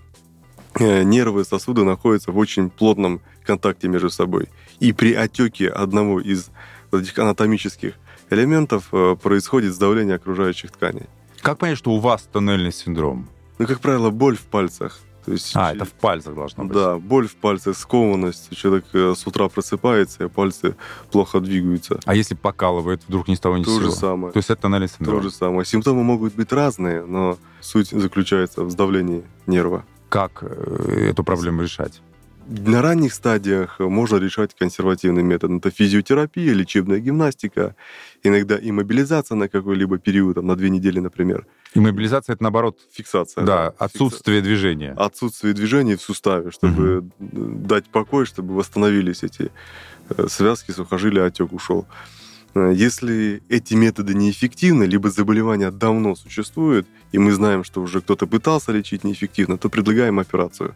нервы, сосуды находятся в очень плотном контакте между собой. И при отеке одного из этих анатомических элементов происходит сдавление окружающих тканей. Как понять, что у вас туннельный синдром? Ну, как правило, боль в пальцах. То есть, это в пальцах должно быть? Да, боль в пальцах, скованность. Человек с утра просыпается, и пальцы плохо двигаются. А если покалывает вдруг ни с того ни с сего? То же самое. То есть это туннельный синдром? То же самое. Симптомы могут быть разные, но суть заключается в сдавлении нерва. Как эту проблему решать? На ранних стадиях можно решать консервативным методом. Это физиотерапия, лечебная гимнастика, иногда иммобилизация на какой-либо период, там, на 2 недели, например. Иммобилизация — это, наоборот, Фиксация. да, отсутствие движения. Отсутствие движения в суставе, чтобы дать покой, чтобы восстановились эти связки, сухожилия, отек ушел. Если эти методы неэффективны, либо заболевание давно существует, и мы знаем, что уже кто-то пытался лечить неэффективно, то предлагаем операцию.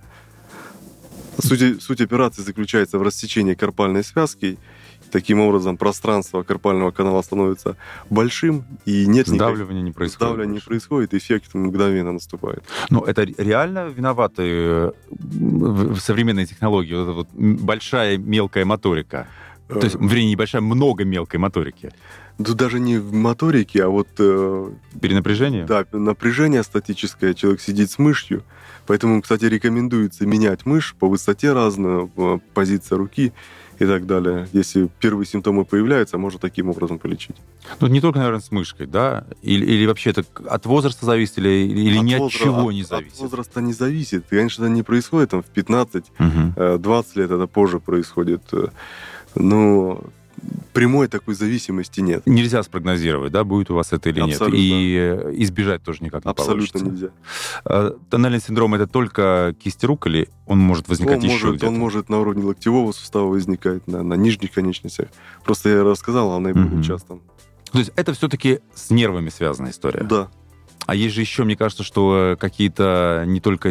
Суть операции заключается в рассечении карпальной связки. Таким образом, пространство карпального канала становится большим, и нет Сдавливания не происходит. Сдавливания не происходит, эффект мгновенно наступает. Но это реально виноваты в современной технологии? Вот эта вот большая мелкая моторика? То есть, вернее, небольшая, много мелкой моторики? Тут даже не в моторике, а вот... Перенапряжение? Да, напряжение статическое, человек сидит с мышью. Поэтому, кстати, рекомендуется менять мышь по высоте разную, позиция руки и так далее. Если первые симптомы появляются, можно таким образом полечить. Ну, не только, наверное, с мышкой, да? Или вообще это от возраста зависит, или ни от чего не зависит? От возраста не зависит. И, конечно, это не происходит там, в 15-20 лет, это позже происходит. Но прямой такой зависимости нет. Нельзя спрогнозировать, да, будет у вас это или Абсолютно. нет. И избежать тоже никак не Абсолютно получится. нельзя. Тоннельный синдром — это только кисти рук, или он может возникать еще где-то? Он может на уровне локтевого сустава возникать, на нижних конечностях. Просто я рассказал о наиболее частом. То есть это все-таки с нервами связанная история? Да. А есть же еще, мне кажется, что какие-то не только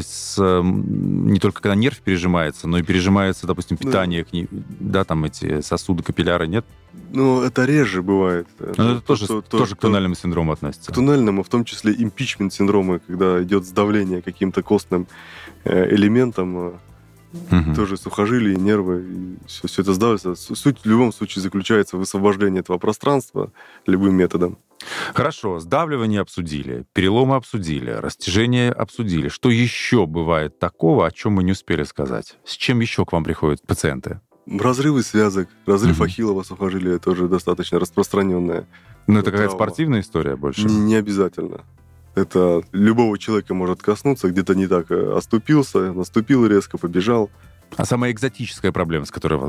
когда нерв пережимается, но и пережимается, допустим, питание к ней, да, там эти сосуды, капилляры, нет? Ну, это реже бывает. Но это тоже к тоннельному синдрому относится. К тоннельному, в том числе импичмент синдрома, когда идет сдавление каким-то костным элементом, тоже сухожилия, нервы, и все это сдавливается. Суть в любом случае заключается в высвобождении этого пространства любым методом. Хорошо, сдавливание обсудили, переломы обсудили, растяжение обсудили. Что еще бывает такого, о чем мы не успели сказать? С чем еще к вам приходят пациенты? Разрывы связок, разрыв ахиллова сухожилия тоже достаточно распространенная. Ну, это какая-то спортивная история больше? Не обязательно. Это любого человека может коснуться, где-то не так оступился, наступил резко, побежал. А самая экзотическая проблема, с которой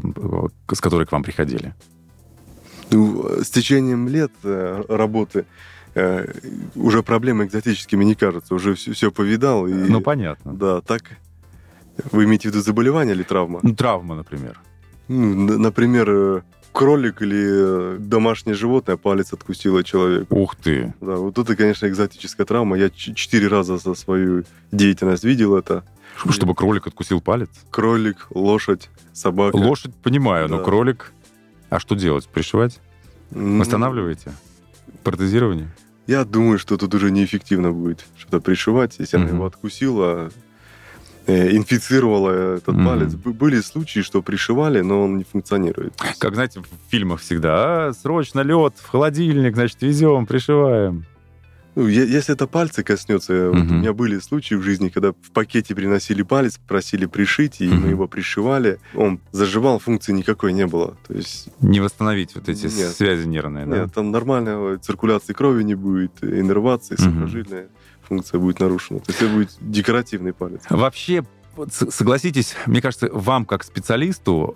к вам приходили? Ну, с течением лет работы уже проблемы экзотическими не кажутся, уже все повидал. И, ну, понятно. Да, так. Вы имеете в виду заболевание или травма? Ну, травма, например. Ну, например, кролик или домашнее животное палец откусило человеку. Ух ты! Да, вот это, конечно, экзотическая травма. Я 4 раза за свою деятельность видел это. Чтобы кролик откусил палец? Кролик, лошадь, собака. Лошадь, понимаю, Да. но кролик... А что делать? Пришивать? Восстанавливаете? Протезирование? Я думаю, что тут уже неэффективно будет что-то пришивать, если она его откусила, инфицировала этот палец. Были случаи, что пришивали, но он не функционирует. Как, знаете, в фильмах всегда. Срочно лед в холодильник, значит, везем, пришиваем. Ну, если это пальцы коснется, вот у меня были случаи в жизни, когда в пакете приносили палец, просили пришить, и мы его пришивали. Он заживал, функции никакой не было. То есть... Не восстановить вот эти связи нервные, да? Нет, там нормальной циркуляции крови не будет, иннервации, сухожильная функция будет нарушена. То есть это будет декоративный палец. Вообще, согласитесь, мне кажется, вам как специалисту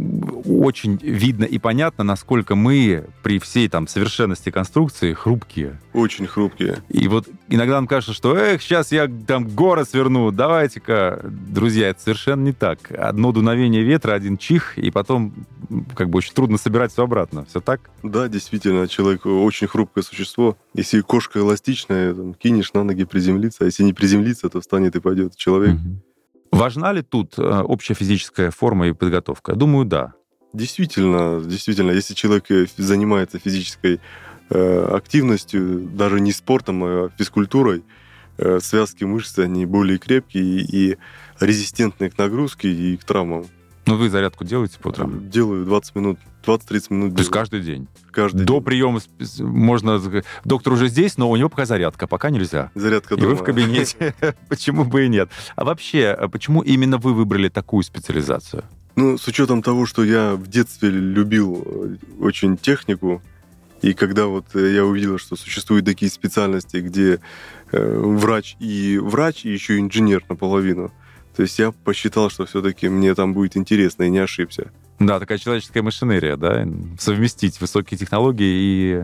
очень видно и понятно, насколько мы при всей там совершенности конструкции хрупкие. Очень хрупкие. И вот иногда нам кажется, что сейчас я там город сверну, давайте-ка, друзья, это совершенно не так. Одно дуновение ветра, один чих, и потом как бы очень трудно собирать все обратно. Все так? Да, действительно, человек очень хрупкое существо. Если кошка эластичная, там, кинешь на ноги, приземлиться, а если не приземлиться, то встанет и пойдет человек. Важна ли тут общая физическая форма и подготовка? Думаю, да. Действительно, если человек занимается физической активностью, даже не спортом, а физкультурой, связки, мышцы, они более крепкие и резистентны к нагрузке и к травмам. Ну, вы зарядку делаете по утрам? Делаю 20-30 минут. То есть каждый день? Каждый До день. приема можно... Доктор уже здесь, но у него пока зарядка, пока нельзя. Зарядка И дома. вы в кабинете. Почему бы и нет? А вообще, почему именно вы выбрали такую специализацию? Ну, с учетом того, что я в детстве любил очень технику, и когда вот я увидел, что существуют такие специальности, где врач и еще инженер наполовину, То есть я посчитал, что все-таки мне там будет интересно, и не ошибся. Да, такая человеческая машинерия, да? Совместить высокие технологии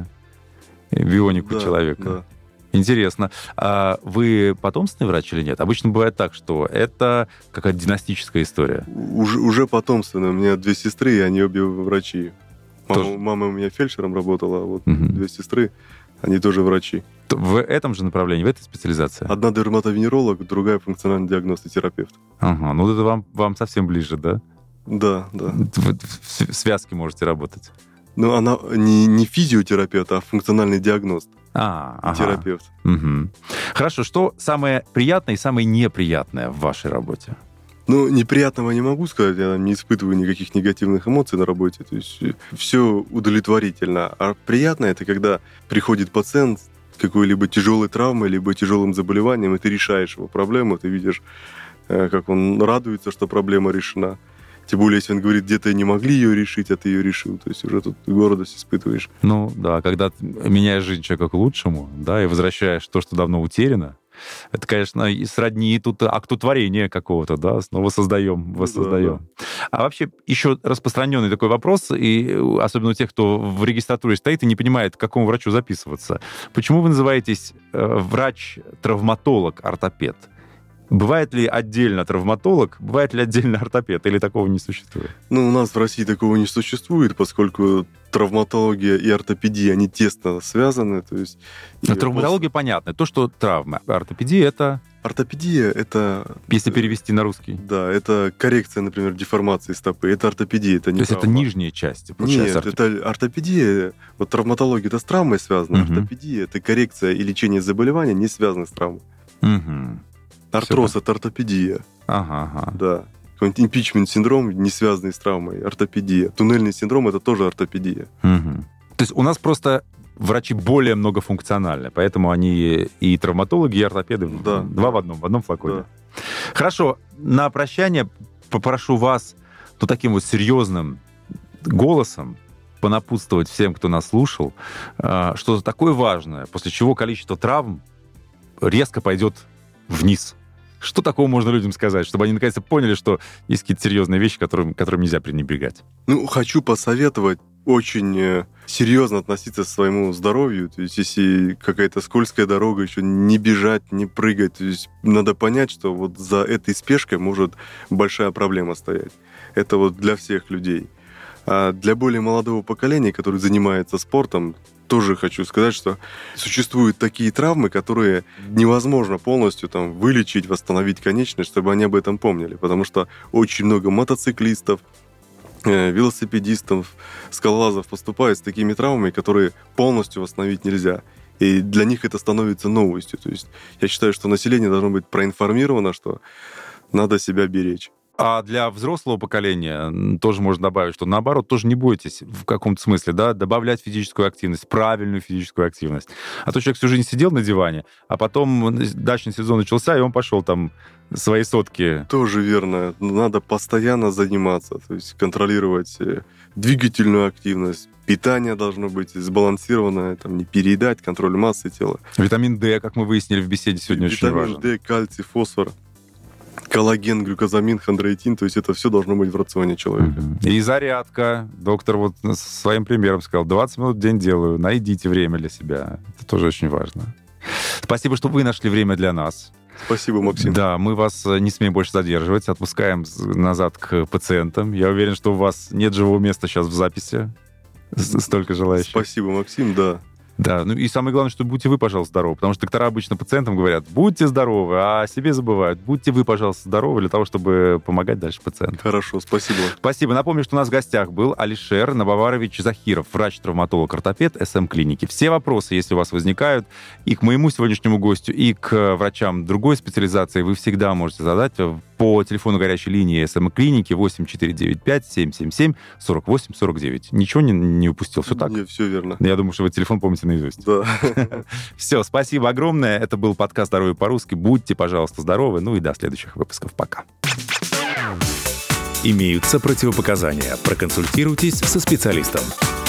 и бионику человека. Да. Интересно. А вы потомственный врач или нет? Обычно бывает так, что это какая-то династическая история. Уже потомственно. У меня 2 сестры, и они обе врачи. Мама у меня фельдшером работала, а вот 2 сестры, они тоже врачи. В этом же направлении, в этой специализации? Одна дерматовенеролог, другая функциональный диагност и терапевт. Ага, ну это вам совсем ближе, да? Да. Вы в связке можете работать. Но она не физиотерапевт, а функциональный диагност. Терапевт. Угу. Хорошо, что самое приятное и самое неприятное в вашей работе? Ну, неприятного не могу сказать, я не испытываю никаких негативных эмоций на работе, то есть все удовлетворительно. А приятное — это когда приходит пациент с какой-либо тяжелой травмой, либо тяжелым заболеванием, и ты решаешь его проблему, ты видишь, как он радуется, что проблема решена. Тем более, если он говорит, где-то не могли ее решить, а ты ее решил. То есть уже тут гордость испытываешь. Ну, да, когда ты меняешь жизнь человека к лучшему, да, и возвращаешь то, что давно утеряно, это, конечно, и сродни тут акту творения какого-то, да, снова воссоздаем. Да. А вообще еще распространенный такой вопрос, и особенно у тех, кто в регистратуре стоит и не понимает, к какому врачу записываться. Почему вы называетесь врач-травматолог, ортопед? Бывает ли отдельно травматолог, бывает ли отдельно ортопед, или такого не существует? Ну, у нас в России такого не существует, поскольку травматология и ортопедия, они тесно связаны. То есть, травматология понятно, то, что травма. Ортопедия — это... Ортопедия — это... Если перевести на русский. Да, это коррекция, например, деформации стопы. Это ортопедия, это не То есть травма. это нижние части? Нет, это ортопедия. Вот травматология — это с травмой связано. Ортопедия — это коррекция и лечение заболевания, не связаны с травмой. Артроз — это ортопедия. Ага. Да. Какой-нибудь импичмент-синдром, не связанный с травмой, ортопедия. Туннельный синдром — это тоже ортопедия. То есть у нас просто врачи более многофункциональны, поэтому они и травматологи, и ортопеды. Да. Два в одном флаконе. Да. Хорошо. На прощание попрошу вас таким вот серьезным голосом понапутствовать всем, кто нас слушал, что-то такое важное, после чего количество травм резко пойдет вниз. Что такого можно людям сказать, чтобы они наконец-то поняли, что есть какие-то серьезные вещи, которым нельзя пренебрегать? Ну, хочу посоветовать очень серьезно относиться к своему здоровью. То есть, если какая-то скользкая дорога, еще не бежать, не прыгать. То есть, надо понять, что вот за этой спешкой может большая проблема стоять. Это вот для всех людей. А для более молодого поколения, которое занимается спортом, тоже хочу сказать, что существуют такие травмы, которые невозможно полностью вылечить, восстановить конечность, чтобы они об этом помнили. Потому что очень много мотоциклистов, велосипедистов, скалолазов поступают с такими травмами, которые полностью восстановить нельзя. И для них это становится новостью. То есть я считаю, что население должно быть проинформировано, что надо себя беречь. А для взрослого поколения тоже можно добавить, что наоборот, тоже не бойтесь в каком-то смысле, да, добавлять физическую активность, правильную физическую активность. А то человек всю жизнь сидел на диване, а потом дачный сезон начался, и он пошел свои сотки. Тоже верно. Надо постоянно заниматься, то есть контролировать двигательную активность. Питание должно быть сбалансированное, не переедать, контроль массы тела. Витамин D, как мы выяснили в беседе сегодня, очень важен. Витамин D, кальций, фосфор. Коллаген, глюкозамин, хондроитин, то есть это все должно быть в рационе человека. И зарядка. Доктор своим примером сказал, 20 минут в день делаю, найдите время для себя. Это тоже очень важно. Спасибо, что вы нашли время для нас. Спасибо, Максим. Да, мы вас не смеем больше задерживать, отпускаем назад к пациентам. Я уверен, что у вас нет живого места сейчас в записи. Столько желающих. Спасибо, Максим, да. Да, и самое главное, что будьте вы, пожалуйста, здоровы, потому что доктора обычно пациентам говорят, будьте здоровы, а о себе забывают. Будьте вы, пожалуйста, здоровы для того, чтобы помогать дальше пациентам. Хорошо, спасибо. Спасибо. Напомню, что у нас в гостях был Алишер Набаварович Захиров, врач-травматолог-ортопед СМ-клиники. Все вопросы, если у вас возникают, и к моему сегодняшнему гостю, и к врачам другой специализации, вы всегда можете задать по телефону горячей линии СМ-клиники 8495-777-4849. Ничего не упустил? Все так? Нет, все верно. Я думаю, что вы телефон помните наизусть. Да. Все, спасибо огромное. Это был подкаст «Здоровье по-русски». Будьте, пожалуйста, здоровы. И до следующих выпусков. Пока. Имеются противопоказания. Проконсультируйтесь со специалистом.